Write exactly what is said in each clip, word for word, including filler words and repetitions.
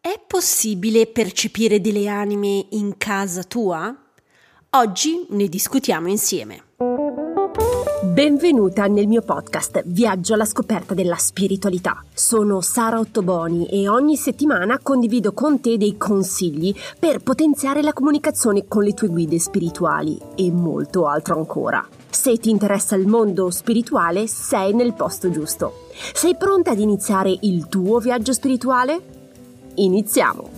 È possibile percepire delle anime in casa tua? Oggi ne discutiamo insieme. Benvenuta nel mio podcast Viaggio alla scoperta della spiritualità. Sono Sara Ottoboni e ogni settimana condivido con te dei consigli per potenziare la comunicazione con le tue guide spirituali e molto altro ancora. Se ti interessa il mondo spirituale, sei nel posto giusto. Sei pronta ad iniziare il tuo viaggio spirituale? Iniziamo!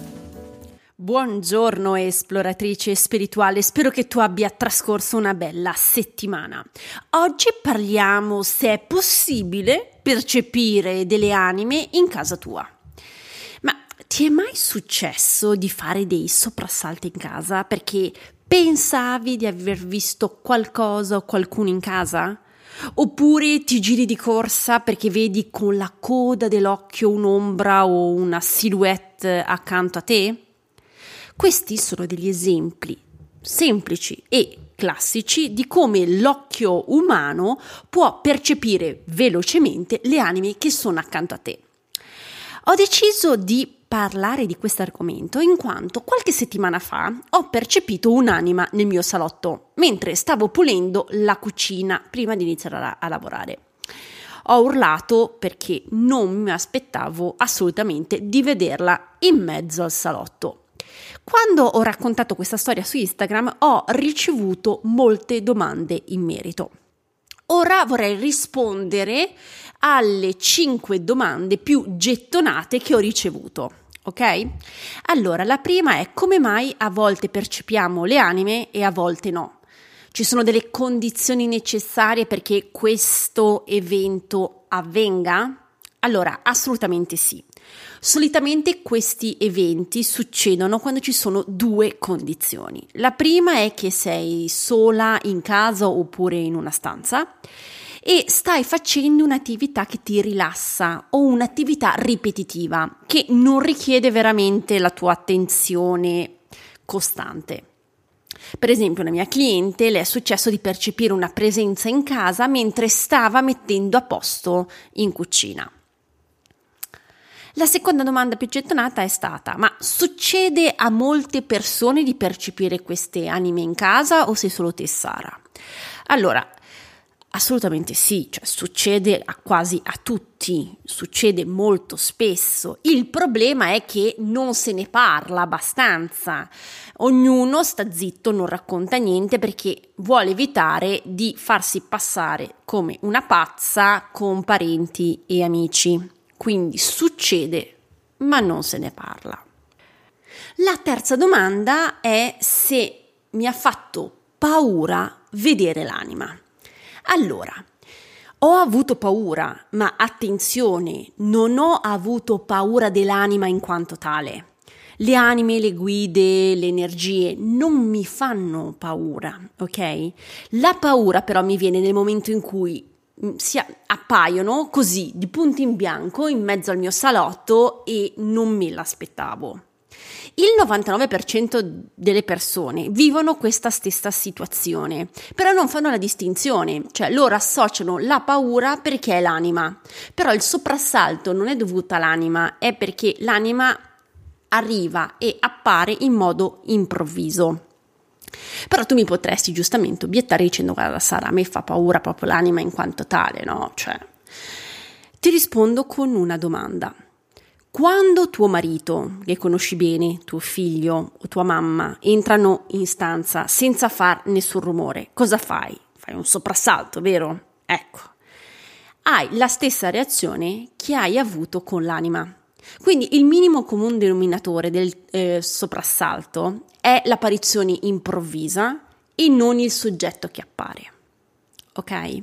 Buongiorno esploratrice spirituale, spero che tu abbia trascorso una bella settimana. Oggi parliamo se è possibile percepire delle anime in casa tua. Ma ti è mai successo di fare dei soprassalti in casa perché pensavi di aver visto qualcosa o qualcuno in casa? Oppure ti giri di corsa perché vedi con la coda dell'occhio un'ombra o una silhouette accanto a te? Questi sono degli esempi semplici e classici di come l'occhio umano può percepire velocemente le anime che sono accanto a te. Ho deciso di parlare di questo argomento in quanto qualche settimana fa ho percepito un'anima nel mio salotto mentre stavo pulendo la cucina prima di iniziare a, a lavorare. Ho urlato perché non mi aspettavo assolutamente di vederla in mezzo al salotto. Quando ho raccontato questa storia su Instagram ho ricevuto molte domande in merito. Ora vorrei rispondere alle cinque domande più gettonate che ho ricevuto, ok? Allora, la prima è: come mai a volte percepiamo le anime e a volte no? Ci sono delle condizioni necessarie perché questo evento avvenga? Allora, assolutamente sì. Solitamente questi eventi succedono quando ci sono due condizioni. La prima è che sei sola in casa oppure in una stanza e stai facendo un'attività che ti rilassa o un'attività ripetitiva che non richiede veramente la tua attenzione costante. Per esempio, una mia cliente le è successo di percepire una presenza in casa mentre stava mettendo a posto in cucina. La seconda domanda più gettonata è stata: ma succede a molte persone di percepire queste anime in casa o sei solo te, Sara? Allora, assolutamente sì, cioè succede a quasi a tutti, succede molto spesso. Il problema è che non se ne parla abbastanza. Ognuno sta zitto, non racconta niente perché vuole evitare di farsi passare come una pazza con parenti e amici. Quindi succede, ma non se ne parla. La terza domanda è se mi ha fatto paura vedere l'anima. Allora, ho avuto paura, ma attenzione, non ho avuto paura dell'anima in quanto tale. Le anime, le guide, le energie non mi fanno paura, ok? La paura però mi viene nel momento in cui si appaiono così di punto in bianco in mezzo al mio salotto e non me l'aspettavo. Il novantanove per cento delle persone vivono questa stessa situazione, però non fanno la distinzione, cioè loro associano la paura perché è l'anima, però il soprassalto non è dovuto all'anima, è perché l'anima arriva e appare in modo improvviso. Però tu mi potresti giustamente obiettare dicendo: guarda Sara, a me fa paura proprio l'anima in quanto tale, no? Cioè, ti rispondo con una domanda. Quando tuo marito, che conosci bene, tuo figlio o tua mamma, entrano in stanza senza far nessun rumore, cosa fai? Fai un soprassalto, vero? Ecco, hai la stessa reazione che hai avuto con l'anima. Quindi il minimo comune denominatore del eh, soprassalto è l'apparizione improvvisa e non il soggetto che appare, ok?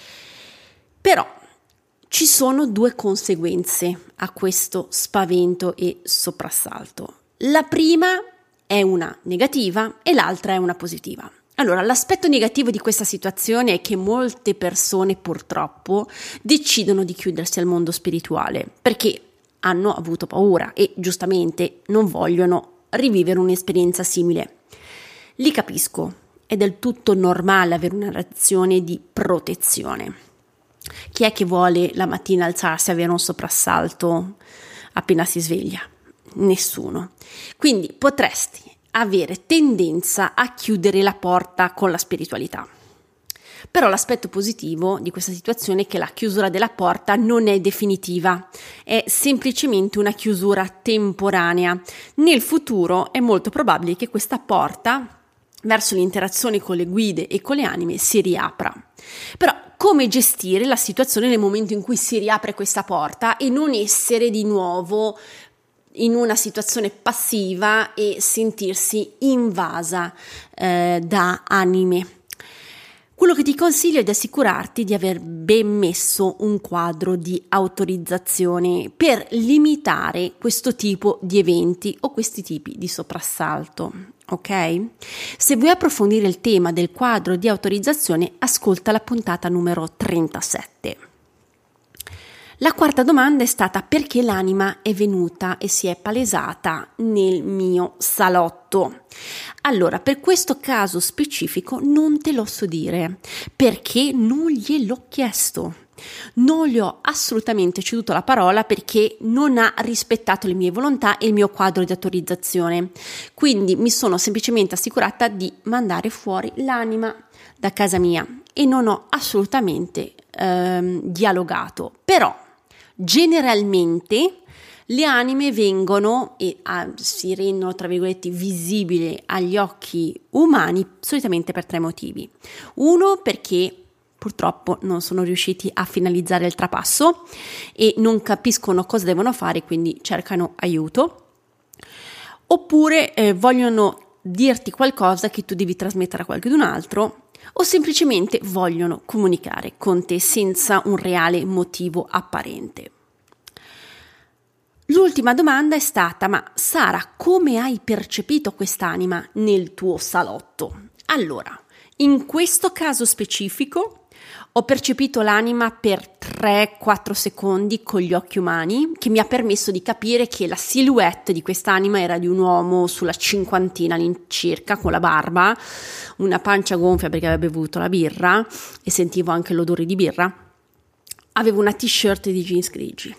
Però ci sono due conseguenze a questo spavento e soprassalto. La prima è una negativa e l'altra è una positiva. Allora, l'aspetto negativo di questa situazione è che molte persone purtroppo decidono di chiudersi al mondo spirituale perché hanno avuto paura e giustamente non vogliono rivivere un'esperienza simile. Li capisco, è del tutto normale avere una reazione di protezione. Chi è che vuole la mattina alzarsi e avere un soprassalto appena si sveglia? Nessuno. Quindi potresti avere tendenza a chiudere la porta con la spiritualità. Però l'aspetto positivo di questa situazione è che la chiusura della porta non è definitiva, è semplicemente una chiusura temporanea. Nel futuro è molto probabile che questa porta verso l'interazione con le guide e con le anime si riapra. Però come gestire la situazione nel momento in cui si riapre questa porta e non essere di nuovo in una situazione passiva e sentirsi invasa eh, da anime? Quello che ti consiglio è di assicurarti di aver ben messo un quadro di autorizzazione per limitare questo tipo di eventi o questi tipi di soprassalto, ok? Se vuoi approfondire il tema del quadro di autorizzazione, ascolta la puntata numero trentasette. La quarta domanda è stata: perché l'anima è venuta e si è palesata nel mio salotto? Allora, per questo caso specifico non te lo so dire, perché non gliel'ho chiesto. Non gli ho assolutamente ceduto la parola perché non ha rispettato le mie volontà e il mio quadro di autorizzazione. Quindi mi sono semplicemente assicurata di mandare fuori l'anima da casa mia e non ho assolutamente ehm, dialogato. Però generalmente le anime vengono e ah, si rendono, tra virgolette, visibili agli occhi umani solitamente per tre motivi. Uno, perché purtroppo non sono riusciti a finalizzare il trapasso e non capiscono cosa devono fare, quindi cercano aiuto. Oppure eh, vogliono dirti qualcosa che tu devi trasmettere a qualcun altro, o semplicemente vogliono comunicare con te senza un reale motivo apparente. L'ultima domanda è stata: ma Sara, come hai percepito quest'anima nel tuo salotto? Allora, in questo caso specifico ho percepito l'anima per tre quattro secondi con gli occhi umani, che mi ha permesso di capire che la silhouette di quest'anima era di un uomo sulla cinquantina all'incirca, con la barba, una pancia gonfia perché aveva bevuto la birra e sentivo anche l'odore di birra. Aveva una t-shirt di jeans grigi.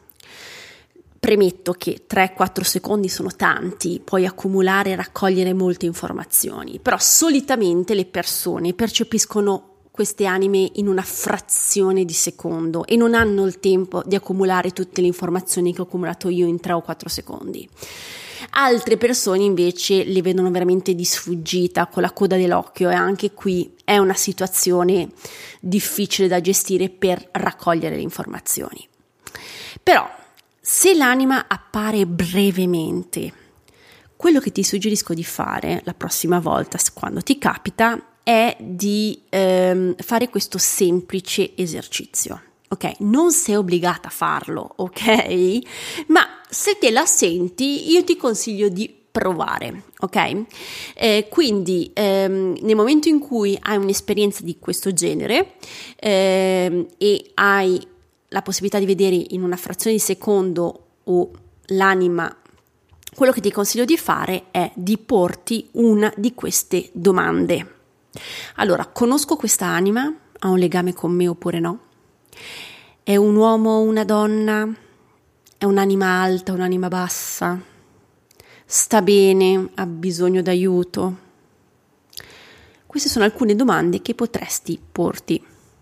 Premetto che tre quattro secondi sono tanti, puoi accumulare e raccogliere molte informazioni, però solitamente le persone percepiscono queste anime in una frazione di secondo e non hanno il tempo di accumulare tutte le informazioni che ho accumulato io in tre o quattro secondi. Altre persone invece le vedono veramente di sfuggita, con la coda dell'occhio, e anche qui è una situazione difficile da gestire per raccogliere le informazioni. Però se l'anima appare brevemente, quello che ti suggerisco di fare la prossima volta, quando ti capita, è di ehm, fare questo semplice esercizio, ok? Non sei obbligata a farlo, ok? Ma se te la senti, io ti consiglio di provare, ok? Eh, quindi ehm, nel momento in cui hai un'esperienza di questo genere ehm, e hai la possibilità di vedere in una frazione di secondo o l'anima, quello che ti consiglio di fare è di porti una di queste domande. Allora, conosco questa anima? Ha un legame con me oppure no? È un uomo o una donna? È un'anima alta o un'anima bassa? Sta bene? Ha bisogno d'aiuto? Queste sono alcune domande che potresti porti.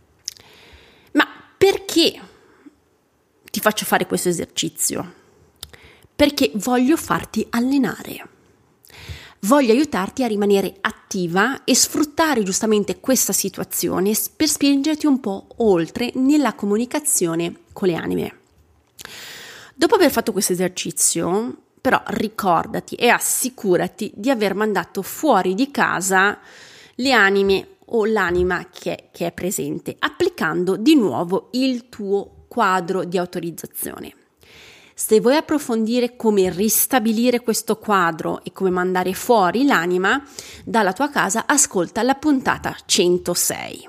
Ma perché ti faccio fare questo esercizio? Perché voglio farti allenare. Voglio aiutarti a rimanere attiva e sfruttare giustamente questa situazione per spingerti un po' oltre nella comunicazione con le anime. Dopo aver fatto questo esercizio, però ricordati e assicurati di aver mandato fuori di casa le anime o l'anima che, che è presente, applicando di nuovo il tuo quadro di autorizzazione. Se vuoi approfondire come ristabilire questo quadro e come mandare fuori l'anima dalla tua casa, ascolta la puntata centosei.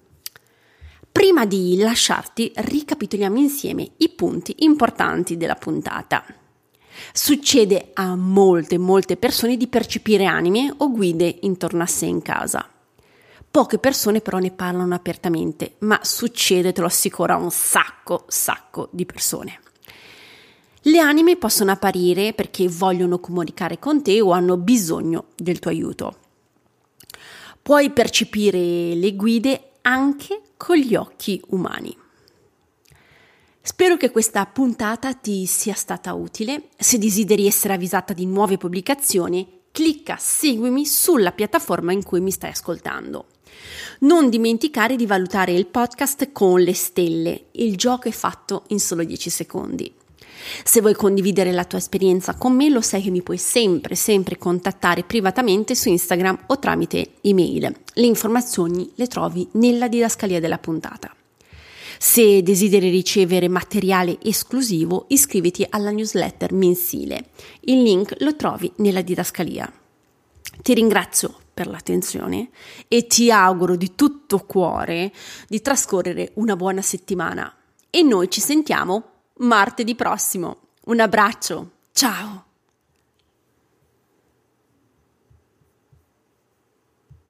Prima di lasciarti, ricapitoliamo insieme i punti importanti della puntata. Succede a molte, molte persone di percepire anime o guide intorno a sé in casa. Poche persone però ne parlano apertamente, ma succede, te lo assicuro, a un sacco, sacco di persone. Le anime possono apparire perché vogliono comunicare con te o hanno bisogno del tuo aiuto. Puoi percepire le guide anche con gli occhi umani. Spero che questa puntata ti sia stata utile. Se desideri essere avvisata di nuove pubblicazioni, clicca seguimi sulla piattaforma in cui mi stai ascoltando. Non dimenticare di valutare il podcast con le stelle. Il gioco è fatto in solo dieci secondi. Se vuoi condividere la tua esperienza con me, lo sai che mi puoi sempre, sempre contattare privatamente su Instagram o tramite email. Le informazioni le trovi nella didascalia della puntata. Se desideri ricevere materiale esclusivo, iscriviti alla newsletter mensile. Il link lo trovi nella didascalia. Ti ringrazio per l'attenzione e ti auguro di tutto cuore di trascorrere una buona settimana. E noi ci sentiamo martedì prossimo. Un abbraccio, ciao!